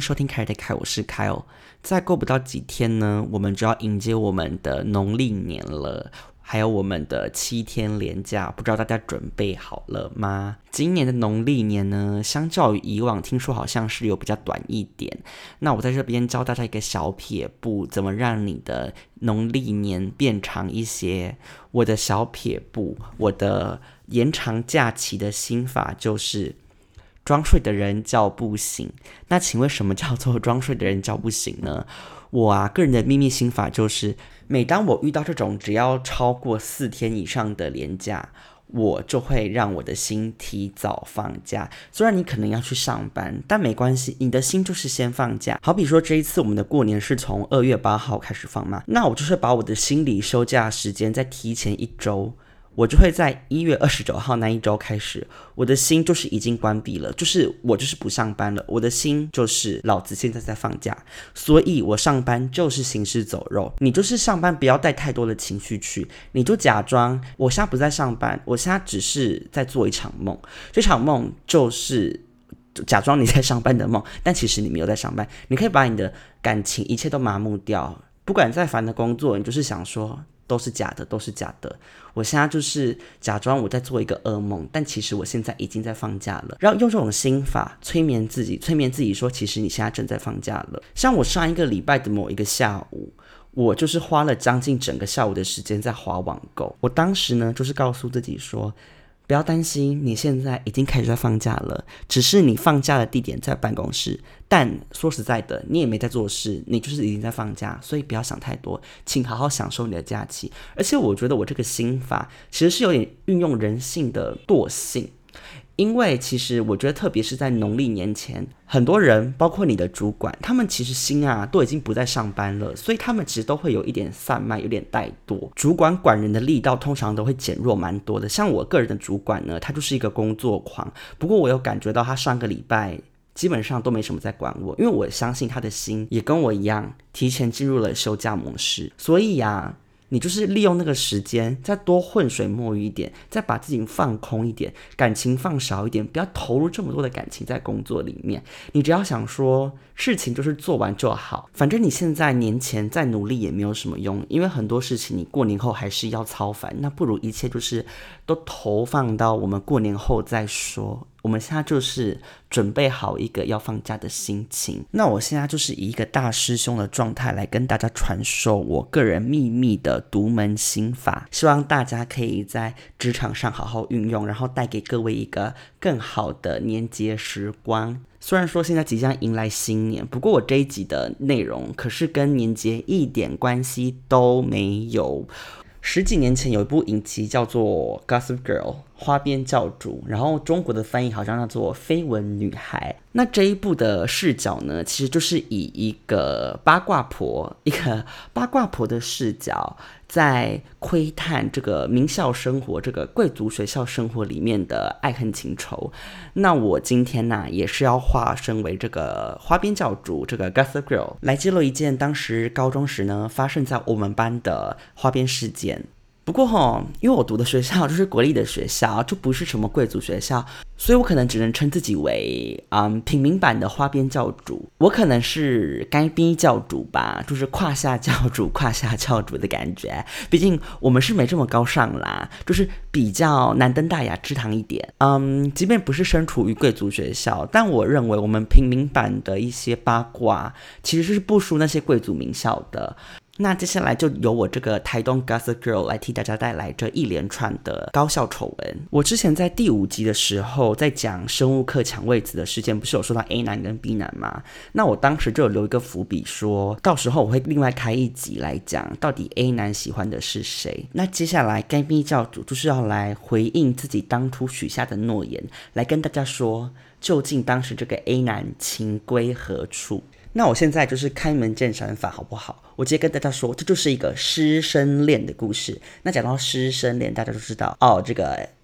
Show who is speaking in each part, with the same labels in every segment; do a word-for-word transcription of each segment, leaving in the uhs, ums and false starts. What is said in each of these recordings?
Speaker 1: 收听凯尔的凯，我是凯尔。再过不到几天呢，我们就要迎接我们的农历年了，还有我们的七天连假，不知道大家准备好了吗？今年的农历年呢，相较于以往，听说好像是有比较短一点。那我在这边教大家一个小撇步，怎么让你的农历年变长一些。我的小撇步，我的延长假期的心法就是装睡的人叫不醒。那请问什么叫做装睡的人叫不醒呢？我啊个人的秘密心法就是，每当我遇到这种只要超过四天以上的连假，我就会让我的心提早放假。虽然你可能要去上班，但没关系，你的心就是先放假。好比说这一次我们的过年是从二月八号开始放嘛，那我就是把我的心理休假时间再提前一周。我就会在一月二十九号那一周开始，我的心就是已经关闭了，就是我就是不上班了，我的心就是老子现在在放假，所以我上班就是行尸走肉。你就是上班不要带太多的情绪去，你就假装我现在不在上班，我现在只是在做一场梦，这场梦就是假装你在上班的梦，但其实你没有在上班。你可以把你的感情一切都麻木掉，不管再烦的工作，你就是想说都是假的，都是假的。我现在就是假装我在做一个噩梦，但其实我现在已经在放假了。然后用这种心法催眠自己，催眠自己说，其实你现在正在放假了。像我上一个礼拜的某一个下午，我就是花了将近整个下午的时间在滑网购。我当时呢，就是告诉自己说，不要担心，你现在已经开始在放假了，只是你放假的地点在办公室，但说实在的，你也没在做事，你就是已经在放假，所以不要想太多，请好好享受你的假期。而且我觉得我这个心法其实是有点运用人性的惰性，因为其实我觉得特别是在农历年前，很多人包括你的主管，他们其实心啊都已经不在上班了，所以他们其实都会有一点散漫，有点怠惰。主管管人的力道通常都会减弱蛮多的。像我个人的主管呢，他就是一个工作狂，不过我有感觉到他上个礼拜基本上都没什么在管我，因为我相信他的心也跟我一样提前进入了休假模式。所以啊，你就是利用那个时间再多浑水摸鱼一点，再把自己放空一点，感情放少一点，不要投入这么多的感情在工作里面。你只要想说事情就是做完就好，反正你现在年前再努力也没有什么用，因为很多事情你过年后还是要操烦，那不如一切就是都投放到我们过年后再说。我们现在就是准备好一个要放假的心情。那我现在就是以一个大师兄的状态来跟大家传授我个人秘密的独门心法，希望大家可以在职场上好好运用，然后带给各位一个更好的年节时光。虽然说现在即将迎来新年，不过我这一集的内容可是跟年节一点关系都没有。十几年前有一部影集叫做 Gossip Girl 花边教主，然后中国的翻译好像叫做绯闻女孩。那这一部的视角呢，其实就是以一个八卦婆一个八卦婆的视角在窥探这个名校生活，这个贵族学校生活里面的爱恨情仇。那我今天呢、啊，也是要化身为这个花边教主，这个 Gossip Girl 来揭露一件当时高中时呢发生在我们班的花边事件。不过齁，因为我读的学校就是国立的学校，就不是什么贵族学校，所以我可能只能称自己为嗯平民版的花边教主。我可能是该逼教主吧，就是胯下教主胯下教主的感觉。毕竟我们是没这么高尚啦，就是比较难登大雅之堂一点。嗯，即便不是身处于贵族学校，但我认为我们平民版的一些八卦其实是不输那些贵族名校的。那接下来就由我这个台东 Gossip Girl 来替大家带来这一连串的高校丑闻。我之前在第五集的时候在讲生物课抢位子的事件，不是有说到 A 男跟 B 男吗？那我当时就有留一个伏笔，说到时候我会另外开一集来讲到底 A 男喜欢的是谁。那接下来该 B 教主就是要来回应自己当初许下的诺言，来跟大家说究竟当时这个 A 男情归何处。那我现在就是开门见山法好不好？我直接跟大家说，这就是一个师生恋的故事。那讲到师生恋，大家都知道哦，这个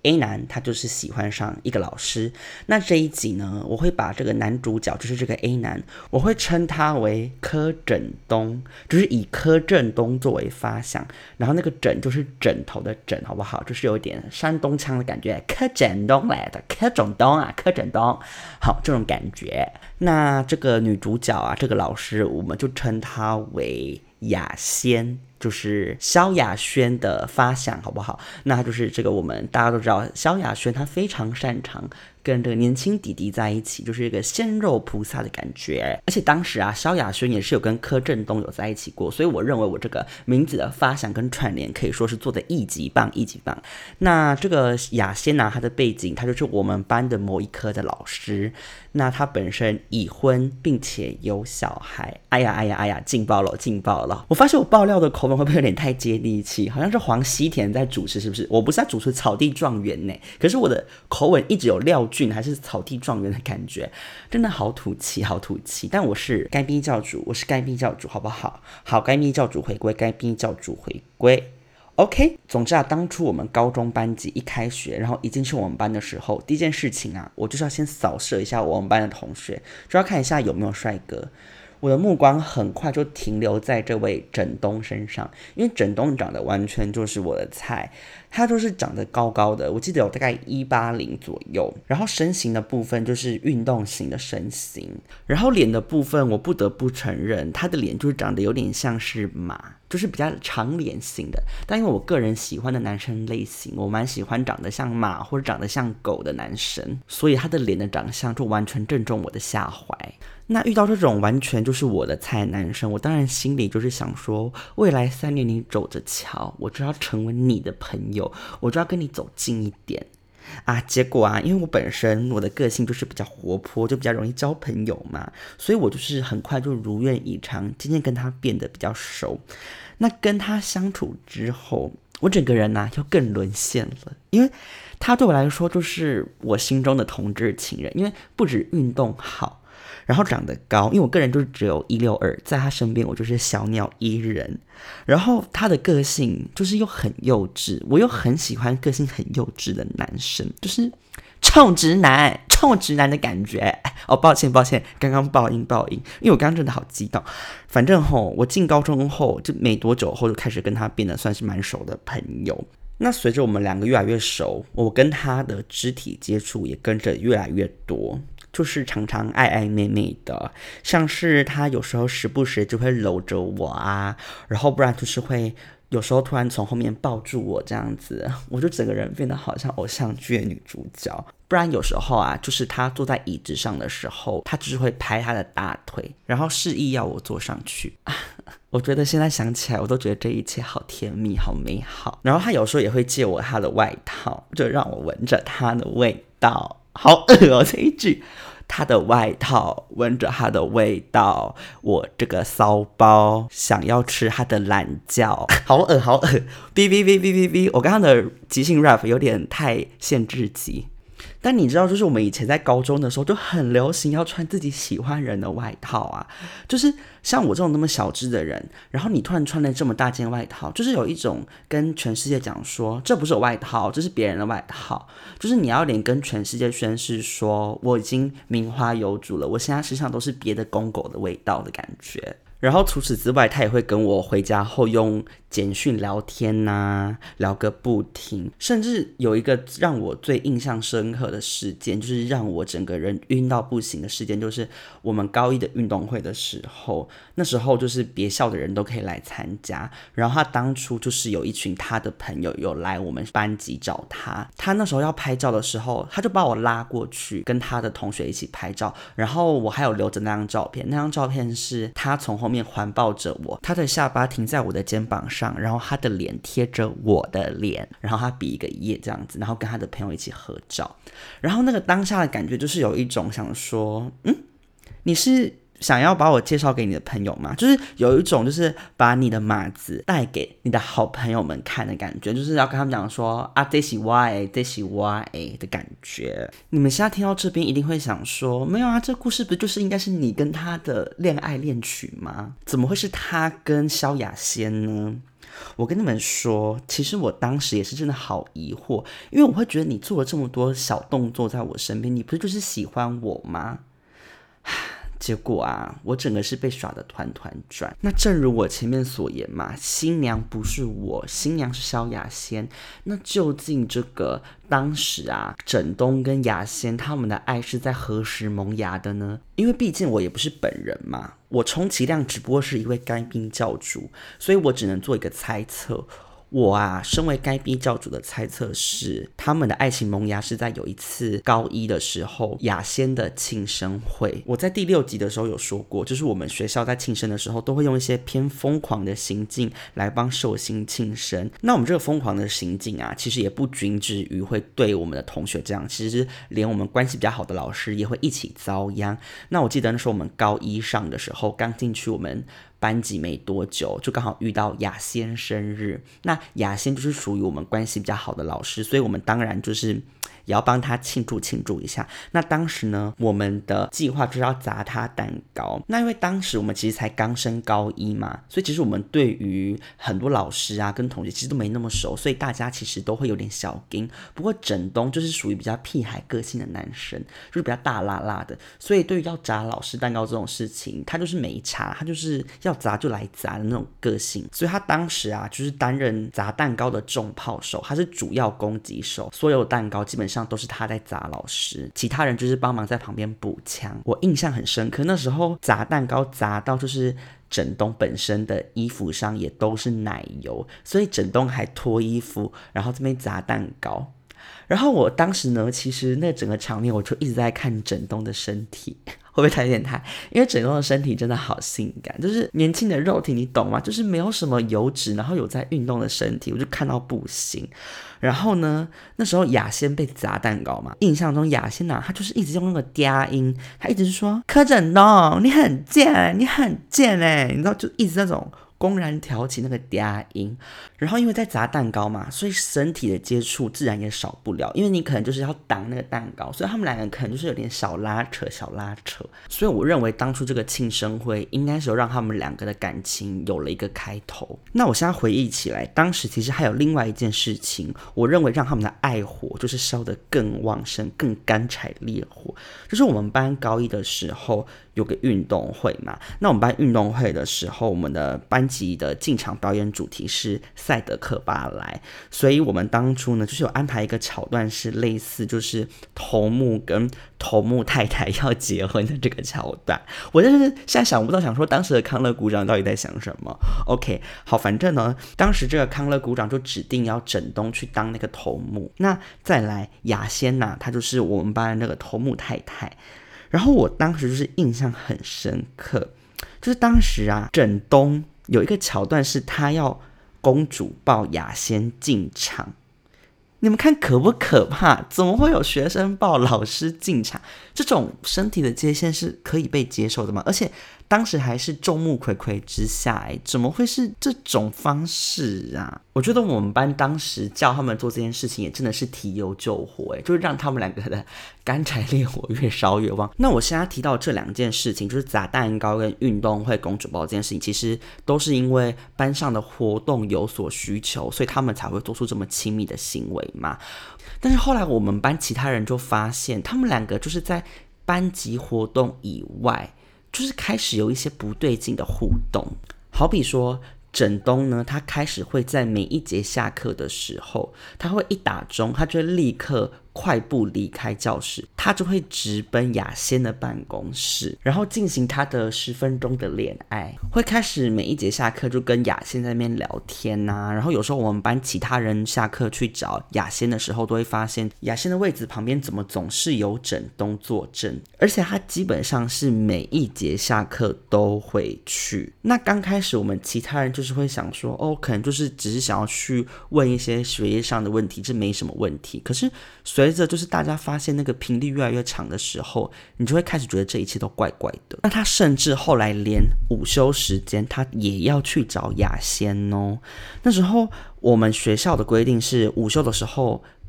Speaker 1: A 男他就是喜欢上一个老师，那这一集呢，我会把这个男主角就是这个 A 男，我会称他为柯震东，就是以柯震东作为发想，然后那个枕就是枕头的枕，好不好？就是有点山东腔的感觉，柯震东来的，柯震东啊，柯震东，好，这种感觉。那这个女主角啊，这个老师，我们就称她为雅仙，就是萧亚轩的发想，好不好？那就是这个我们大家都知道，萧亚轩她非常擅长跟这个年轻弟弟在一起，就是一个鲜肉菩萨的感觉。而且当时啊，萧亚轩也是有跟柯震东有在一起过，所以我认为我这个名字的发想跟串联可以说是做的一级棒，一级棒。那这个雅仙啊，她的背景，她就是我们班的某一科的老师。那她本身已婚，并且有小孩。哎呀哎呀哎呀，劲爆了，劲爆了！我发现我爆料的口吻会不会有点太接地气？好像是黄西田在主持，是不是？我不是在主持草地状元呢，可是我的口吻一直有廖俊还是草地状元的感觉，真的好土气，好土气。但我是该逼教主，我是该逼教主，好不好？好，该逼教主回归，该逼教主回归。OK， 总之啊，当初我们高中班级一开学，然后一进去我们班的时候，第一件事情啊，我就是要先扫射一下我们班的同学，就要看一下有没有帅哥。我的目光很快就停留在这位枕东身上，因为枕东长得完全就是我的菜，他就是长得高高的，我记得有大概一八零左右，然后身形的部分就是运动型的身形，然后脸的部分我不得不承认，他的脸就是长得有点像是马，就是比较长脸型的，但因为我个人喜欢的男生类型，我蛮喜欢长得像马或者长得像狗的男生，所以他的脸的长相就完全正中我的下怀。那遇到这种完全就是我的菜男生，我当然心里就是想说，未来三年你走着瞧，我就要成为你的朋友，我就要跟你走近一点啊。结果啊，因为我本身我的个性就是比较活泼，就比较容易交朋友嘛，所以我就是很快就如愿以偿，渐渐跟他变得比较熟。那跟他相处之后，我整个人啊又更沦陷了，因为他对我来说就是我心中的同志情人，因为不止运动好，然后长得高，因为我个人就是只有一六二，在他身边我就是小鸟依人。然后他的个性就是又很幼稚，我又很喜欢个性很幼稚的男生，就是臭直男，臭直男的感觉。哦，抱歉抱歉，刚刚爆音爆音，因为我刚刚真的好激动。反正吼，我进高中后就没多久后就开始跟他变得算是蛮熟的朋友。那随着我们两个越来越熟，我跟他的肢体接触也跟着越来越多。就是常常爱爱妹妹的，像是他有时候时不时就会搂着我啊，然后不然就是会有时候突然从后面抱住我这样子，我就整个人变得好像偶像剧的女主角。不然有时候啊，就是他坐在椅子上的时候，他就是会拍他的大腿，然后示意要我坐上去。我觉得现在想起来，我都觉得这一切好甜蜜，好美好。然后他有时候也会借我他的外套，就让我闻着他的味道。好恶哦，这一句，他的外套，闻着他的味道，我这个骚包想要吃他的懒觉，好恶好恶，哔哔哔哔哔哔，我刚刚的即兴 rap 有点太限制级。但你知道，就是我们以前在高中的时候就很流行要穿自己喜欢人的外套啊，就是像我这种那么小只的人，然后你突然穿了这么大件外套，就是有一种跟全世界讲说，这不是我外套，这是别人的外套，就是你要连跟全世界宣示说，我已经名花有主了，我现在身上都是别的公狗的味道的感觉。然后除此之外，他也会跟我回家后用简讯聊天啊，聊个不停。甚至有一个让我最印象深刻的事件，就是让我整个人晕到不行的事件，就是我们高一的运动会的时候，那时候就是别校的人都可以来参加。然后他当初就是有一群他的朋友有来我们班级找他，他那时候要拍照的时候，他就把我拉过去跟他的同学一起拍照。然后我还有留着那张照片，那张照片是他从后面面环抱着我，他的下巴停在我的肩膀上，然后他的脸贴着我的脸，然后他比一个耶这样子，然后跟他的朋友一起合照。然后那个当下的感觉就是有一种想说，嗯，你是想要把我介绍给你的朋友吗？就是有一种就是把你的马子带给你的好朋友们看的感觉，就是要跟他们讲说啊，这是我的，这是我的的感觉。你们现在听到这边一定会想说，没有啊，这故事不就是应该是你跟他的恋爱恋曲吗？怎么会是他跟萧亚轩呢？ 我跟你们说，其实我当时也是真的好疑惑，因为我会觉得你做了这么多小动作在我身边，你不是就是喜欢我吗？结果啊，我整个是被耍得团团转。那正如我前面所言嘛，新娘不是我，新娘是萧亚仙。那究竟这个当时啊，枕东跟亚仙他们的爱是在何时萌芽的呢？因为毕竟我也不是本人嘛，我充其量只不过是一位该兵教主，所以我只能做一个猜测。我啊，身为该逼教主的猜测是，他们的爱情萌芽是在有一次高一的时候，亚仙的庆生会。我在第六集的时候有说过，就是我们学校在庆生的时候，都会用一些偏疯狂的行径来帮寿星庆生。那我们这个疯狂的行径啊，其实也不仅止于会对我们的同学这样，其实连我们关系比较好的老师也会一起遭殃。那我记得那时候我们高一上的时候，刚进去我们班级没多久，就刚好遇到亚仙生日。那亚仙就是属于我们关系比较好的老师，所以我们当然就是也要帮他庆祝庆祝一下。那当时呢，我们的计划就是要砸他蛋糕。那因为当时我们其实才刚升高一嘛，所以其实我们对于很多老师啊跟同学其实都没那么熟，所以大家其实都会有点小惊。不过枕东就是属于比较屁孩个性的男生，就是比较大辣辣的，所以对于要砸老师蛋糕这种事情，他就是没差，他就是要砸就来砸的那种个性。所以他当时啊，就是担任砸蛋糕的重炮手，他是主要攻击手，所有蛋糕基本上都是他在砸老师，其他人就是帮忙在旁边补枪。我印象很深刻，那时候砸蛋糕砸到就是枕东本身的衣服上也都是奶油，所以枕东还脱衣服，然后这边砸蛋糕。然后我当时呢，其实那整个场面我就一直在看枕东的身体，会不会太变态？因为枕东的身体真的好性感，就是年轻的肉体，你懂吗？就是没有什么油脂，然后有在运动的身体，我就看到不行。然后呢，那时候亚仙被砸蛋糕嘛，印象中亚仙啊，他就是一直用那个嗲音，他一直说柯枕东你很贱，你很贱哎，你知道，就一直那种公然挑起那个嗲音。然后因为在砸蛋糕嘛，所以身体的接触自然也少不了，因为你可能就是要挡那个蛋糕，所以他们两个可能就是有点小拉扯小拉扯。所以我认为当初这个庆生会应该是有让他们两个的感情有了一个开头。那我现在回忆起来，当时其实还有另外一件事情，我认为让他们的爱火就是烧得更旺盛更干柴烈火，就是我们班高一的时候有个运动会嘛。那我们班运动会的时候，我们的班级的进场表演主题是赛德克巴莱，所以我们当初呢就是有安排一个桥段，是类似就是头目跟头目太太要结婚的这个桥段。我真是现在想不到，想说当时的康乐股长到底在想什么。 OK 好，反正呢当时这个康乐股长就指定要枕东去当那个头目，那再来亚仙呐、啊，她就是我们班的那个头目太太。然后我当时就是印象很深刻，就是当时啊枕东有一个桥段是他要公主抱亚仙进场，你们看可不可怕？怎么会有学生抱老师进场？这种身体的界限是可以被接受的吗？而且当时还是众目睽睽之下，怎么会是这种方式啊？我觉得我们班当时叫他们做这件事情也真的是提油救火，就是让他们两个的干柴烈火越烧越旺。那我现在提到这两件事情，就是砸蛋糕跟运动会公主抱这件事情，其实都是因为班上的活动有所需求，所以他们才会做出这么亲密的行为嘛。但是后来我们班其他人就发现，他们两个就是在班级活动以外，就是开始有一些不对劲的互动。好比说枕东呢，他开始会在每一节下课的时候，他会一打钟，他就会立刻快步离开教室，他就会直奔亚仙的办公室，然后进行他的十分钟的恋爱。会开始每一节下课就跟亚仙在那边聊天啊，然后有时候我们班其他人下课去找亚仙的时候，都会发现亚仙的位置旁边怎么总是有枕东坐镇，而且他基本上是每一节下课都会去。那刚开始我们其他人就是会想说，哦，可能就是只是想要去问一些学业上的问题，这没什么问题。可是随着就是大家发现那个频率越来越长的时候，你就会开始觉得这一切都怪怪的。那他甚至后来连午休时间他也要去找亚仙哦。那时候我们学校的规定是午休的时候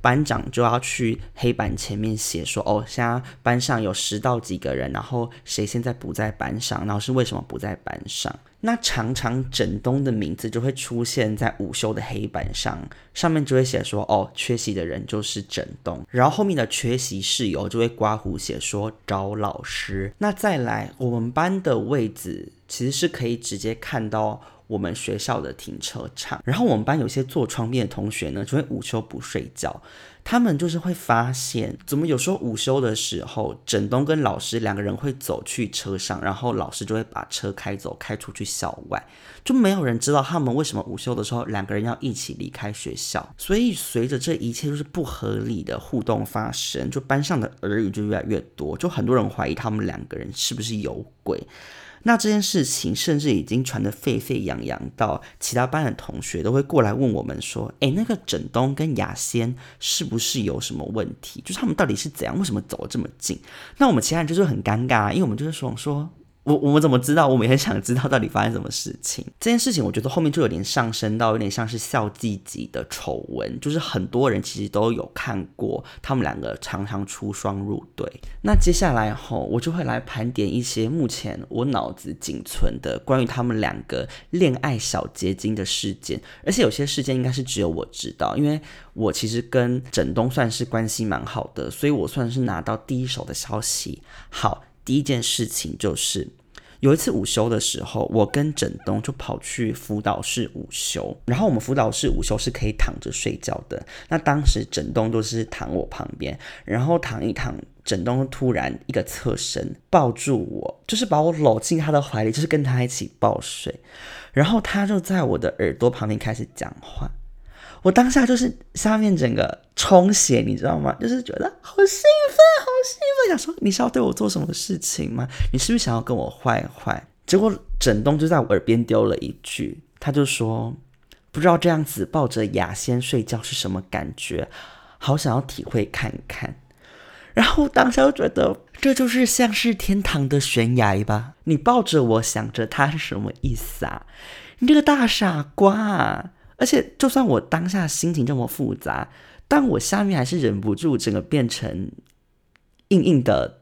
Speaker 1: 班长就要去黑板前面写说，哦，现在班上有十到几个人，然后谁现在不在班上，然后是为什么不在班上。那常常整东的名字就会出现在午休的黑板上，上面就会写说，哦，缺席的人就是整东，然后后面的缺席室友就会刮胡写说找老师。那再来，我们班的位置其实是可以直接看到我们学校的停车场，然后我们班有些坐窗边的同学呢，就会午休不睡觉，他们就是会发现，怎么有时候午休的时候，整东跟老师两个人会走去车上，然后老师就会把车开走，开出去校外，就没有人知道他们为什么午休的时候两个人要一起离开学校。所以随着这一切就是不合理的互动发生，就班上的耳语就越来越多，就很多人怀疑他们两个人是不是有鬼。那这件事情甚至已经传得沸沸扬扬到其他班的同学都会过来问我们说，诶，那个整东跟雅仙是不是有什么问题，就是他们到底是怎样，为什么走得这么近。那我们其他人就是很尴尬，因为我们就是说说我我们怎么知道，我们也很想知道到底发生什么事情。这件事情我觉得后面就有点上升到有点像是校际级的丑闻，就是很多人其实都有看过他们两个常常出双入对。那接下来后我就会来盘点一些目前我脑子仅存的关于他们两个恋爱小结晶的事件，而且有些事件应该是只有我知道，因为我其实跟整东算是关系蛮好的，所以我算是拿到第一手的消息。好，第一件事情就是有一次午休的时候，我跟整东就跑去辅导室午休，然后我们辅导室午休是可以躺着睡觉的。那当时整东都是躺我旁边，然后躺一躺，整东突然一个侧身抱住我，就是把我搂进他的怀里，就是跟他一起抱睡。然后他就在我的耳朵旁边开始讲话。我当下就是下面整个充血，你知道吗？就是觉得好兴奋好兴奋，想说你是要对我做什么事情吗？你是不是想要跟我坏坏？结果整东就在我耳边丢了一句，他就说不知道这样子抱着雅仙睡觉是什么感觉，好想要体会看看。然后当下就觉得这就是像是天堂的悬崖吧，你抱着我想着它是什么意思啊？你这个大傻瓜啊！而且就算我当下心情这么复杂，但我下面还是忍不住整个变成硬硬的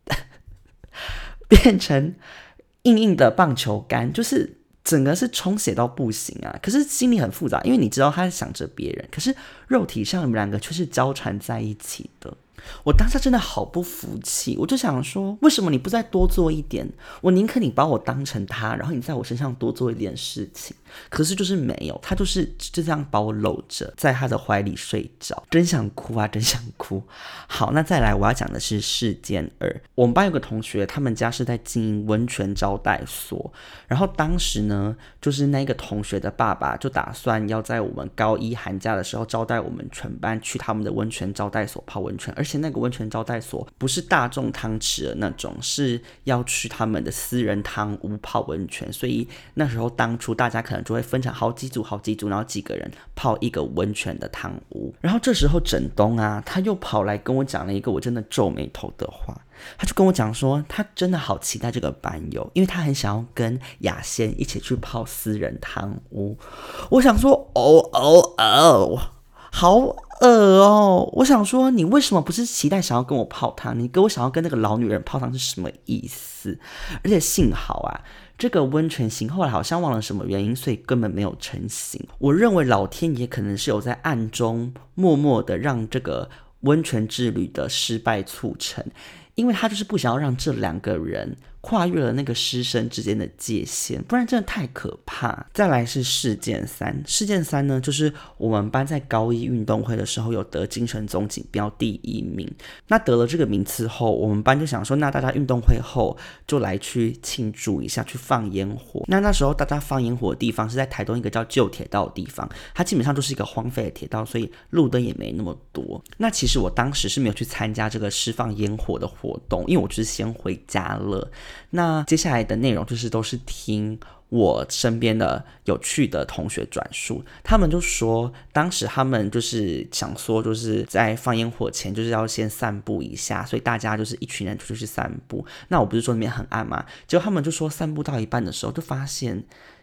Speaker 1: 变成硬硬的棒球杆，就是整个是充血到不行啊。可是心里很复杂，因为你知道他想着别人，可是肉体上你们两个却是交缠在一起的。我当下真的好不服气，我就想说为什么你不再多做一点？我宁可你把我当成他，然后你在我身上多做一点事情。可是就是没有，他就是就这样把我搂着在他的怀里睡着，真想哭啊真想哭。好，那再来我要讲的是事件二。我们班有个同学，他们家是在经营温泉招待所，然后当时呢就是那个同学的爸爸就打算要在我们高一寒假的时候招待我们全班去他们的温泉招待所泡温泉，而且那个温泉招待所不是大众汤池的那种，是要去他们的私人汤屋泡温泉，所以那时候当初大家可能就会分成好几组好几组，然后几个人泡一个温泉的汤屋。然后这时候整东啊他又跑来跟我讲了一个我真的皱眉头的话，他就跟我讲说他真的好期待这个班友，因为他很想要跟雅仙一起去泡私人汤屋。我想说哦哦哦好恶哦！我想说你为什么不是期待想要跟我泡汤，你跟我想要跟那个老女人泡汤是什么意思？而且幸好啊这个温泉行后来好像忘了什么原因，所以根本没有成型。我认为老天爷可能是有在暗中默默的让这个温泉之旅的失败促成，因为他就是不想要让这两个人跨越了那个师生之间的界限，不然真的太可怕。再来是事件三，事件三呢，就是我们班在高一运动会的时候有得精神总锦标第一名。那得了这个名次后，我们班就想说，那大家运动会后就来去庆祝一下，去放烟火。那那时候大家放烟火的地方是在台东一个叫旧铁道的地方，它基本上就是一个荒废的铁道，所以路灯也没那么多。那其实我当时是没有去参加这个释放烟火的活动，因为我就是先回家了。那接下来的内容就是都是听我身边的有趣的同学转述，他们就说当时他们就是想说就是在放烟火前就是要先散步一下，所以大家就是一群人出去散步。那我不是说里面很暗吗？结果他们就说散步到一半的时候就发现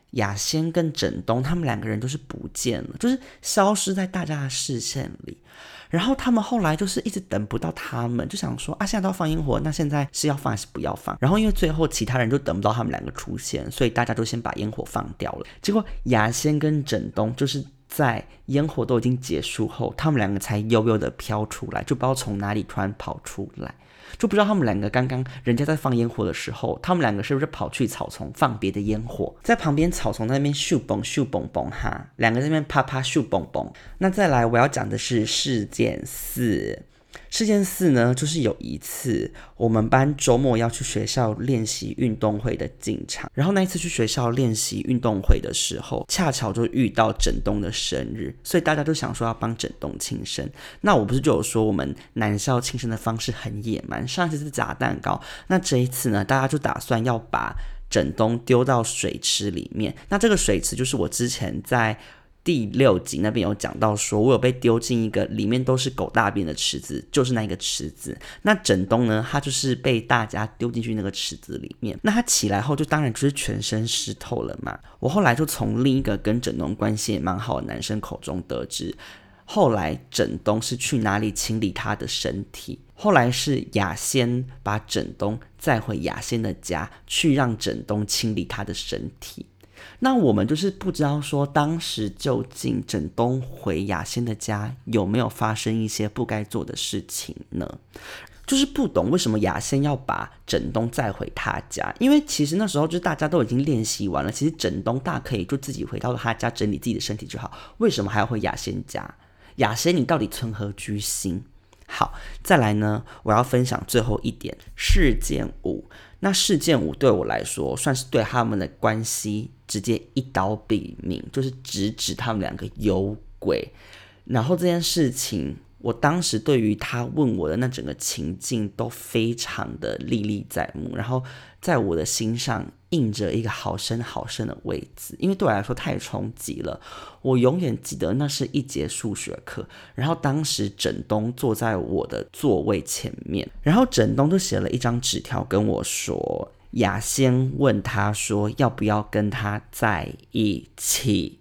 Speaker 1: 雅仙跟枕东他们两个人就是不见了，就是消失在大家的视线里。然后他们后来就是一直等不到他们，就想说啊，现在都要放烟火，那现在是要放还是不要放？然后因为最后其他人就等不到他们两个出现，所以大家就先把烟火放掉了。结果雅仙跟枕东就是在烟火都已经结束后，他们两个才悠悠的飘出来，就不知道从哪里突然跑出来。就不知道他们两个刚刚人家在放烟火的时候，他们两个是不是跑去草丛放别的烟火，在旁边草丛那边咻蹦咻蹦蹦哈，两个在那边啪啪咻蹦蹦。那再来我要讲的是事件四。事件四呢，就是有一次我们班周末要去学校练习运动会的进场，然后那一次去学校练习运动会的时候，恰巧就遇到枕东的生日，所以大家都想说要帮枕东庆生。那我不是就有说我们男校庆生的方式很野蛮，上一次是砸蛋糕，那这一次呢，大家就打算要把枕东丢到水池里面。那这个水池就是我之前在第六集那边有讲到说，我有被丢进一个里面都是狗大便的池子，就是那个池子。那枕东呢，他就是被大家丢进去那个池子里面。那他起来后就当然就是全身湿透了嘛。我后来就从另一个跟枕东关系也蛮好的男生口中得知，后来枕东是去哪里清理他的身体。后来是雅仙把枕东载回雅仙的家，去让枕东清理他的身体。那我们就是不知道说当时究竟枕东回雅仙的家有没有发生一些不该做的事情呢？就是不懂为什么雅仙要把枕东载回他家，因为其实那时候就是大家都已经练习完了，其实枕东大可以就自己回到他家整理自己的身体就好，为什么还要回雅仙家？雅仙你到底存何居心？好，再来呢，我要分享最后一点，事件五。那事件五对我来说算是对他们的关系直接一刀毙命，就是直指他们两个有鬼。然后这件事情我当时对于他问我的那整个情境都非常的历历在目，然后在我的心上印着一个好深好深的位置，因为对我来说太冲击了。我永远记得那是一节数学课，然后当时枕东坐在我的座位前面，然后枕东就写了一张纸条跟我说，雅仙问他说要不要跟他在一起。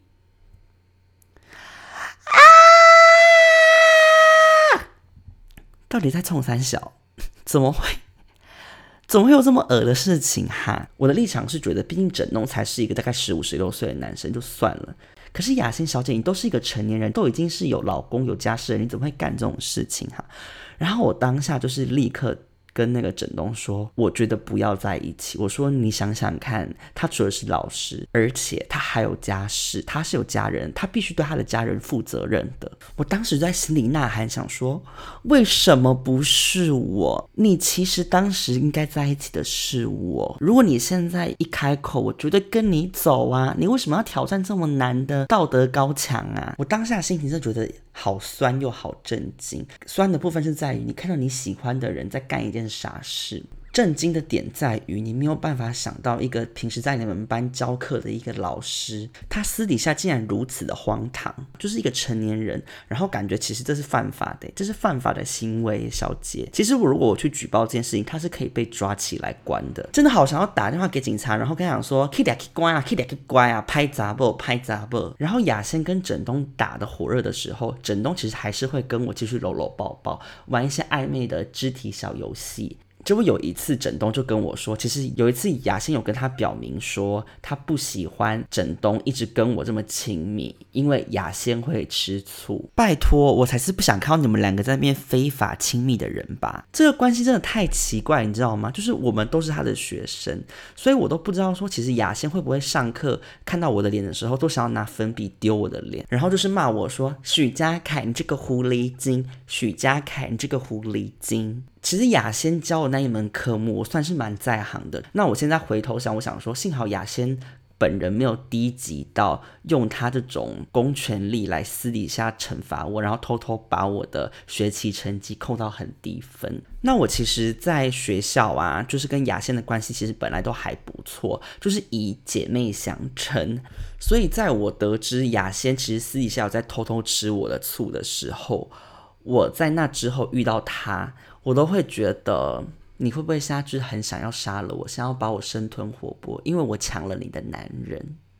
Speaker 1: 到底在冲三小？怎么会怎么会有这么恶的事情哈？我的立场是觉得，毕竟枕东才是一个大概十五、十六岁的男生，就算了。可是雅仙小姐，你都是一个成年人，都已经是有老公、有家室的人，你怎么会干这种事情哈？然后我当下就是立刻跟那个枕东说，我觉得不要在一起。我说你想想看，他除了是老师，而且他还有家室，他是有家人，他必须对他的家人负责任的。我当时在心里呐喊，想说为什么不是我？你其实当时应该在一起的是我。如果你现在一开口，我绝对跟你走啊！你为什么要挑战这么难的道德高墙啊？我当下心情是觉得好酸又好震惊。酸的部分是在于你看到你喜欢的人在干一件傻事，震惊的点在于你没有办法想到一个平时在你们班教课的一个老师，他私底下竟然如此的荒唐，就是一个成年人，然后感觉其实这是犯法的，这是犯法的行为，小姐。其实我如果我去举报这件事情，他是可以被抓起来关的。真的好想要打电话给警察，然后跟他讲说去俩去关啊，去俩去关啊，拍杂报拍杂报。然后雅仙跟枕东打的火热的时候，枕东其实还是会跟我继续搂搂抱抱，玩一些暧昧的肢体小游戏。结果有一次枕东就跟我说，其实有一次雅仙有跟他表明说他不喜欢枕东一直跟我这么亲密，因为雅仙会吃醋。拜托，我才是不想看到你们两个在那边非法亲密的人吧。这个关系真的太奇怪，你知道吗？就是我们都是他的学生，所以我都不知道说其实雅仙会不会上课看到我的脸的时候都想要拿粉笔丢我的脸，然后就是骂我说许家凯你这个狐狸精，许家凯你这个狐狸精。其实雅仙教的那一门科目我算是蛮在行的，那我现在回头想，我想说幸好雅仙本人没有低级到用他这种公权力来私底下惩罚我，然后偷偷把我的学期成绩扣到很低分。那我其实在学校啊，就是跟雅仙的关系其实本来都还不错，就是以姐妹相称。所以在我得知雅仙其实私底下有在偷偷吃我的醋的时候，我在那之后遇到他，我都会觉得你会不会现在就是很想要杀了我，想要把我生吞活剥，因为我抢了你的男人。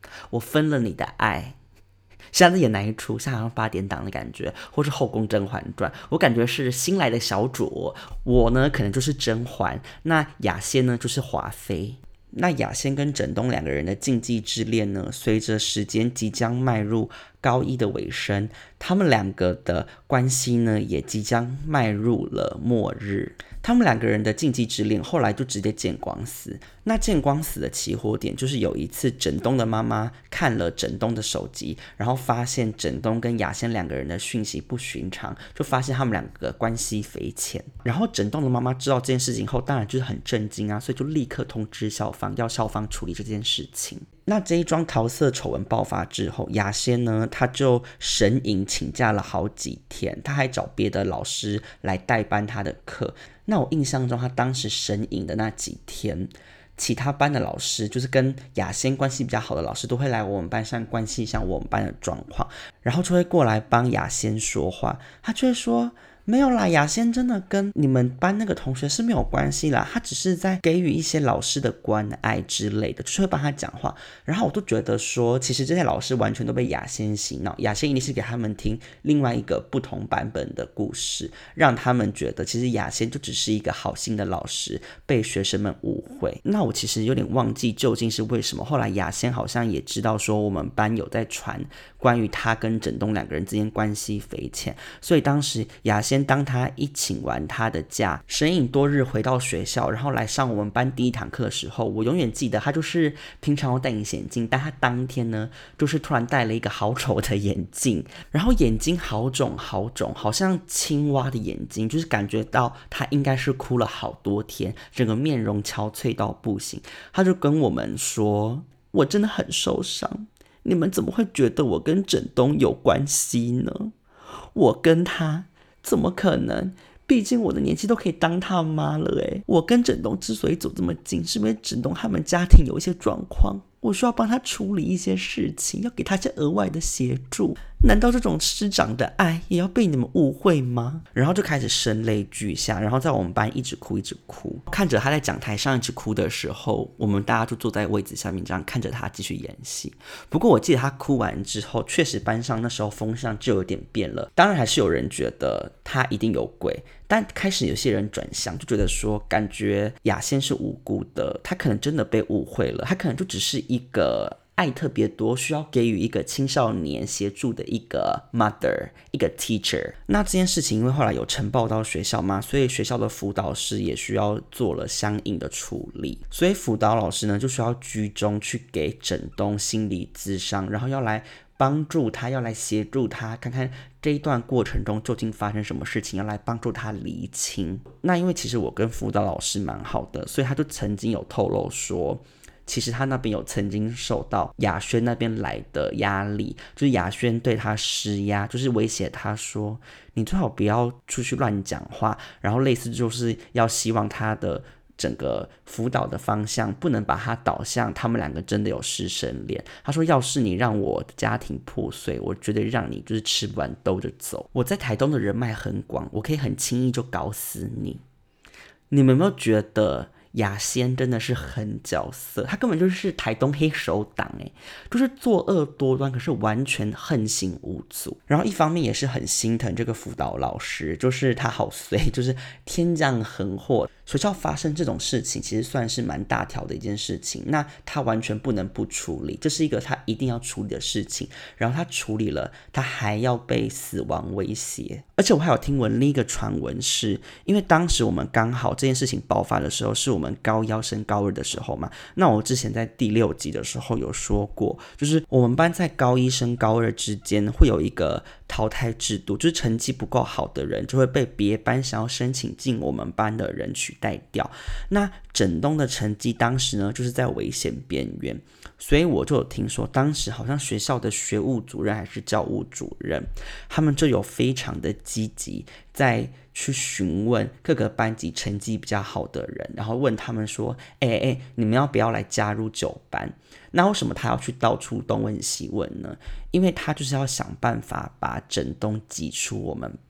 Speaker 1: 我分了你的爱。现在演哪一出？像好像八点档的感觉，或是后宫甄嬛传，我感觉是新来的小主，我呢可能就是甄嬛，那雅仙呢就是华妃。那雅仙跟枕东两个人的禁忌之恋呢，随着时间即将迈入高一的尾声，他们两个的关系呢也即将迈入了末日。他们两个人的禁忌之恋后来就直接见光死。那见光死的起火点就是有一次枕东的妈妈看了枕东的手机，然后发现枕东跟雅仙两个人的讯息不寻常，就发现他们两个关系匪浅。然后枕东的妈妈知道这件事情后，当然就是很震惊啊，所以就立刻通知校方，要校方处理这件事情。那这一桩桃色丑闻爆发之后，雅仙呢，他就神隐请假了好几天，他还找别的老师来代班他的课。那我印象中，他当时神隐的那几天，其他班的老师，就是跟雅仙关系比较好的老师，都会来我们班上关心一下我们班的状况，然后就会过来帮雅仙说话。他就会说，没有啦，雅仙真的跟你们班那个同学是没有关系啦，他只是在给予一些老师的关爱之类的，就是会帮他讲话。然后我都觉得说，其实这些老师完全都被雅仙洗脑，雅仙一定是给他们听另外一个不同版本的故事，让他们觉得其实雅仙就只是一个好心的老师，被学生们误会。那我其实有点忘记究竟是为什么，后来雅仙好像也知道说我们班有在传关于他跟枕东两个人之间关系匪浅，所以当时雅仙当他一请完他的假，神隐多日回到学校，然后来上我们班第一堂课的时候，我永远记得他就是平常要戴隐形眼镜，但他当天呢就是突然戴了一个好丑的眼镜，然后眼睛好肿好肿，好像青蛙的眼睛，就是感觉到他应该是哭了好多天，整个面容憔悴到不行。他就跟我们说，我真的很受伤，你们怎么会觉得我跟枕东有关系呢？我跟他怎么可能？毕竟我的年纪都可以当他妈了诶。我跟枕东之所以走这么近，是因为枕东他们家庭有一些状况，我需要帮他处理一些事情，要给他一些额外的协助。难道这种师长的爱也要被你们误会吗？然后就开始声泪俱下，然后在我们班一直哭一直哭。看着他在讲台上一直哭的时候，我们大家就坐在位置下面这样看着他继续演戏。不过我记得他哭完之后，确实班上那时候风向就有点变了，当然还是有人觉得他一定有鬼，但开始有些人转向，就觉得说感觉雅仙是无辜的，他可能真的被误会了，他可能就只是一个爱特别多，需要给予一个青少年协助的一个 mother， 一个 teacher。 那这件事情因为后来有呈报到学校嘛，所以学校的辅导师也需要做了相应的处理，所以辅导老师呢就需要居中去给枕东心理咨商，然后要来帮助他，要来协助他，看看这一段过程中究竟发生什么事情，要来帮助他厘清。那因为其实我跟辅导老师蛮好的，所以他就曾经有透露说，其实他那边有曾经受到雅轩那边来的压力，就是雅轩对他施压，就是威胁他说你最好不要出去乱讲话，然后类似就是要希望他的整个辅导的方向不能把他导向他们两个真的有师生恋。他说要是你让我的家庭破碎，我绝对让你就是吃不完兜着走。我在台东的人脉很广，我可以很轻易就搞死你。你们有没有觉得雅仙真的是狠角色？他根本就是台东黑手党诶，就是作恶多端，可是完全横行无阻。然后一方面也是很心疼这个辅导老师，就是他好衰，就是天降横祸。学校发生这种事情其实算是蛮大条的一件事情，那他完全不能不处理，这是一个他一定要处理的事情。然后他处理了，他还要被死亡威胁。而且我还有听闻另一个传闻是，因为当时我们刚好这件事情爆发的时候是我们高一升高二的时候嘛，那我之前在第六集的时候有说过，就是我们班在高一升高二之间会有一个淘汰制度，就是成绩不够好的人就会被别班想要申请进我们班的人取代掉。那枕东的成绩当时呢就是在危险边缘，所以我就有听说当时好像学校的学务主任还是教务主任，他们就有非常的积极在去询问各个班级成绩比较好的人，然后问他们说哎哎哎，你们要不要来加入九班？那为什么他要去到处东问西问呢？因为他就是要想办法把枕东挤出我们班。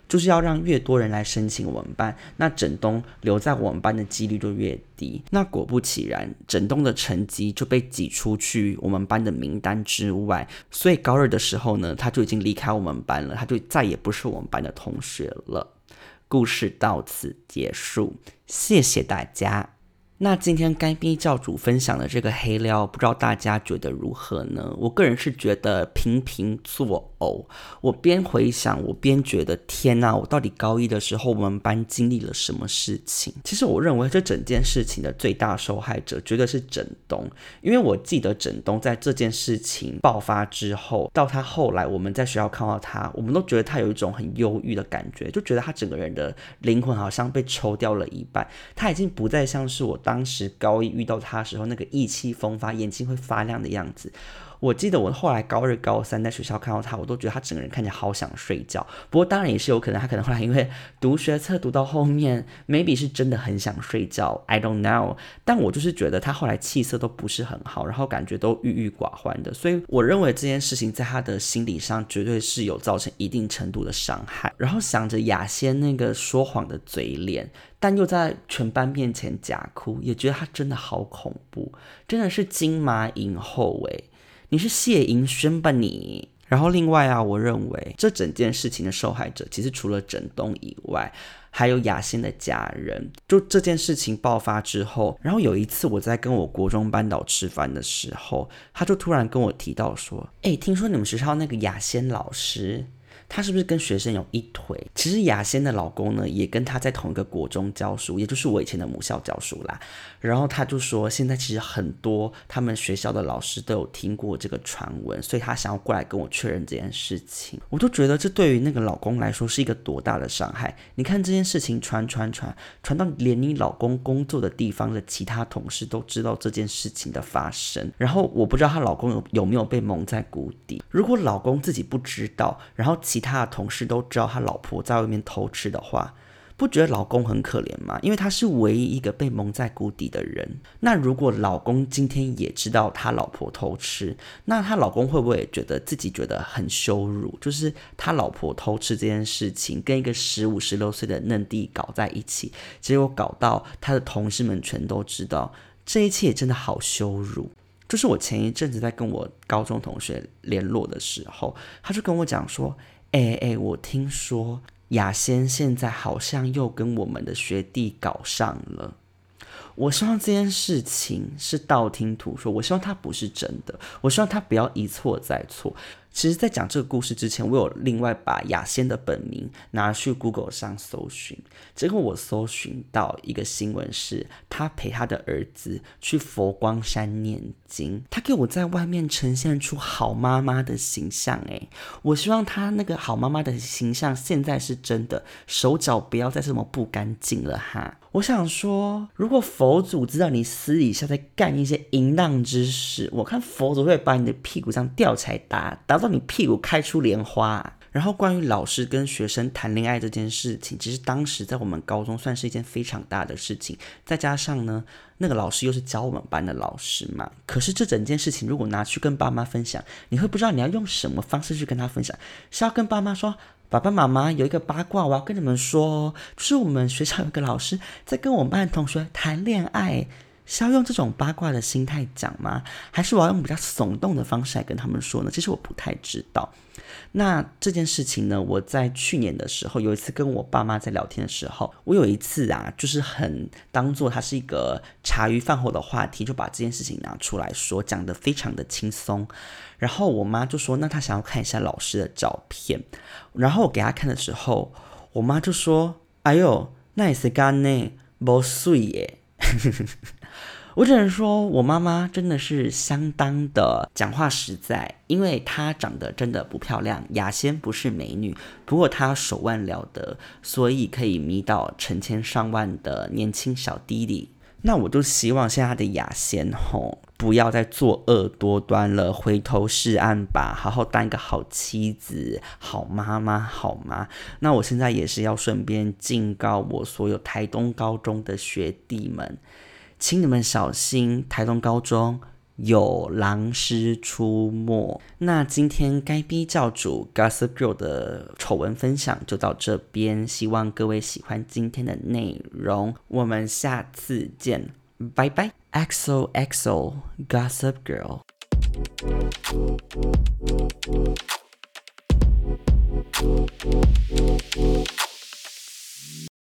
Speaker 1: 就是要让越多人来申请我们班，那整东留在我们班的几率就越低。那果不其然，整东的成绩就被挤出去我们班的名单之外，所以高二的时候呢，他就已经离开我们班了，他就再也不是我们班的同学了。故事到此结束，谢谢大家。那今天该逼教主分享的这个黑料，不知道大家觉得如何呢？我个人是觉得频频作呕。我边回想，我边觉得天哪，我到底高一的时候我们班经历了什么事情？其实我认为这整件事情的最大受害者绝对是整东，因为我记得整东在这件事情爆发之后，到他后来我们在学校看到他，我们都觉得他有一种很忧郁的感觉，就觉得他整个人的灵魂好像被抽掉了一半，他已经不再像是我当时高一遇到他的时候那个意气风发眼睛会发亮的样子。我记得我后来高二高三在学校看到他，我都觉得他整个人看起来好想睡觉。不过当然也是有可能他可能后来因为读学测读到后面 maybe 是真的很想睡觉 I don't know， 但我就是觉得他后来气色都不是很好，然后感觉都郁郁寡欢的，所以我认为这件事情在他的心理上绝对是有造成一定程度的伤害。然后想着雅仙那个说谎的嘴脸，但又在全班面前假哭，也觉得他真的好恐怖，真的是金马影后耶，你是谢盈萱吧你？然后另外啊，我认为这整件事情的受害者其实除了整东以外，还有雅仙的家人。就这件事情爆发之后，然后有一次我在跟我国中班导吃饭的时候，他就突然跟我提到说，哎，听说你们学校那个雅仙老师他是不是跟学生有一腿？其实雅仙的老公呢，也跟他在同一个国中教书，也就是我以前的母校教书啦。然后他就说，现在其实很多他们学校的老师都有听过这个传闻，所以他想要过来跟我确认这件事情。我就觉得这对于那个老公来说是一个多大的伤害。你看这件事情传传传传到连你老公工作的地方的其他同事都知道这件事情的发生，然后我不知道她老公 有, 有没有被蒙在鼓底。如果老公自己不知道，然后其他的同事都知道他老婆在外面偷吃的话，不觉得老公很可怜吗？因为他是唯一一个被蒙在鼓底的人。那如果老公今天也知道他老婆偷吃，那他老公会不会也觉得自己觉得很羞辱？就是他老婆偷吃这件事情跟一个十五、十六岁的嫩弟搞在一起，结果搞到他的同事们全都知道，这一切真的好羞辱。就是我前一阵子在跟我高中同学联络的时候，他就跟我讲说，哎哎，我听说雅仙现在好像又跟我们的学弟搞上了。我希望这件事情是道听途说，我希望它不是真的，我希望他不要一错再错。其实在讲这个故事之前，我有另外把雅仙的本名拿去 Google 上搜寻，结果我搜寻到一个新闻是他陪他的儿子去佛光山念经，他给我在外面呈现出好妈妈的形象。诶，我希望他那个好妈妈的形象现在是真的，手脚不要再这么不干净了哈。我想说，如果佛祖知道你私底下在干一些淫荡之事，我看佛祖会把你的屁股上吊起来打，打到你屁股开出莲花啊。然后关于老师跟学生谈恋爱这件事情，其实当时在我们高中算是一件非常大的事情，再加上呢，那个老师又是教我们班的老师嘛。可是这整件事情如果拿去跟爸妈分享，你会不知道你要用什么方式去跟他分享，是要跟爸妈说，爸爸妈妈有一个八卦我要跟你们说哦，就是我们学校有个老师在跟我们班的同学谈恋爱，是要用这种八卦的心态讲吗？还是我要用比较耸动的方式来跟他们说呢？其实我不太知道。那这件事情呢，我在去年的时候有一次跟我爸妈在聊天的时候，我有一次啊，就是很当做它是一个茶余饭后的话题，就把这件事情拿出来说，讲得非常的轻松。然后我妈就说，那她想要看一下老师的照片。然后我给她看的时候，我妈就说，哎呦，那也是干呢，没水耶。我只能说我妈妈真的是相当的讲话实在，因为她长得真的不漂亮，雅仙不是美女，不过她手腕了得，所以可以迷倒成千上万的年轻小弟弟。那我就希望现在的雅仙吼不要再作恶多端了，回头是岸吧，好好当一个好妻子、好妈妈、好妈。那我现在也是要顺便警告我所有台东高中的学弟们，请你们小心台东高中有狼师出没。那今天该逼教主 Gossip Girl 的丑闻分享就到这边，希望各位喜欢今天的内容，我们下次见，拜拜。X O X O Gossip Girl。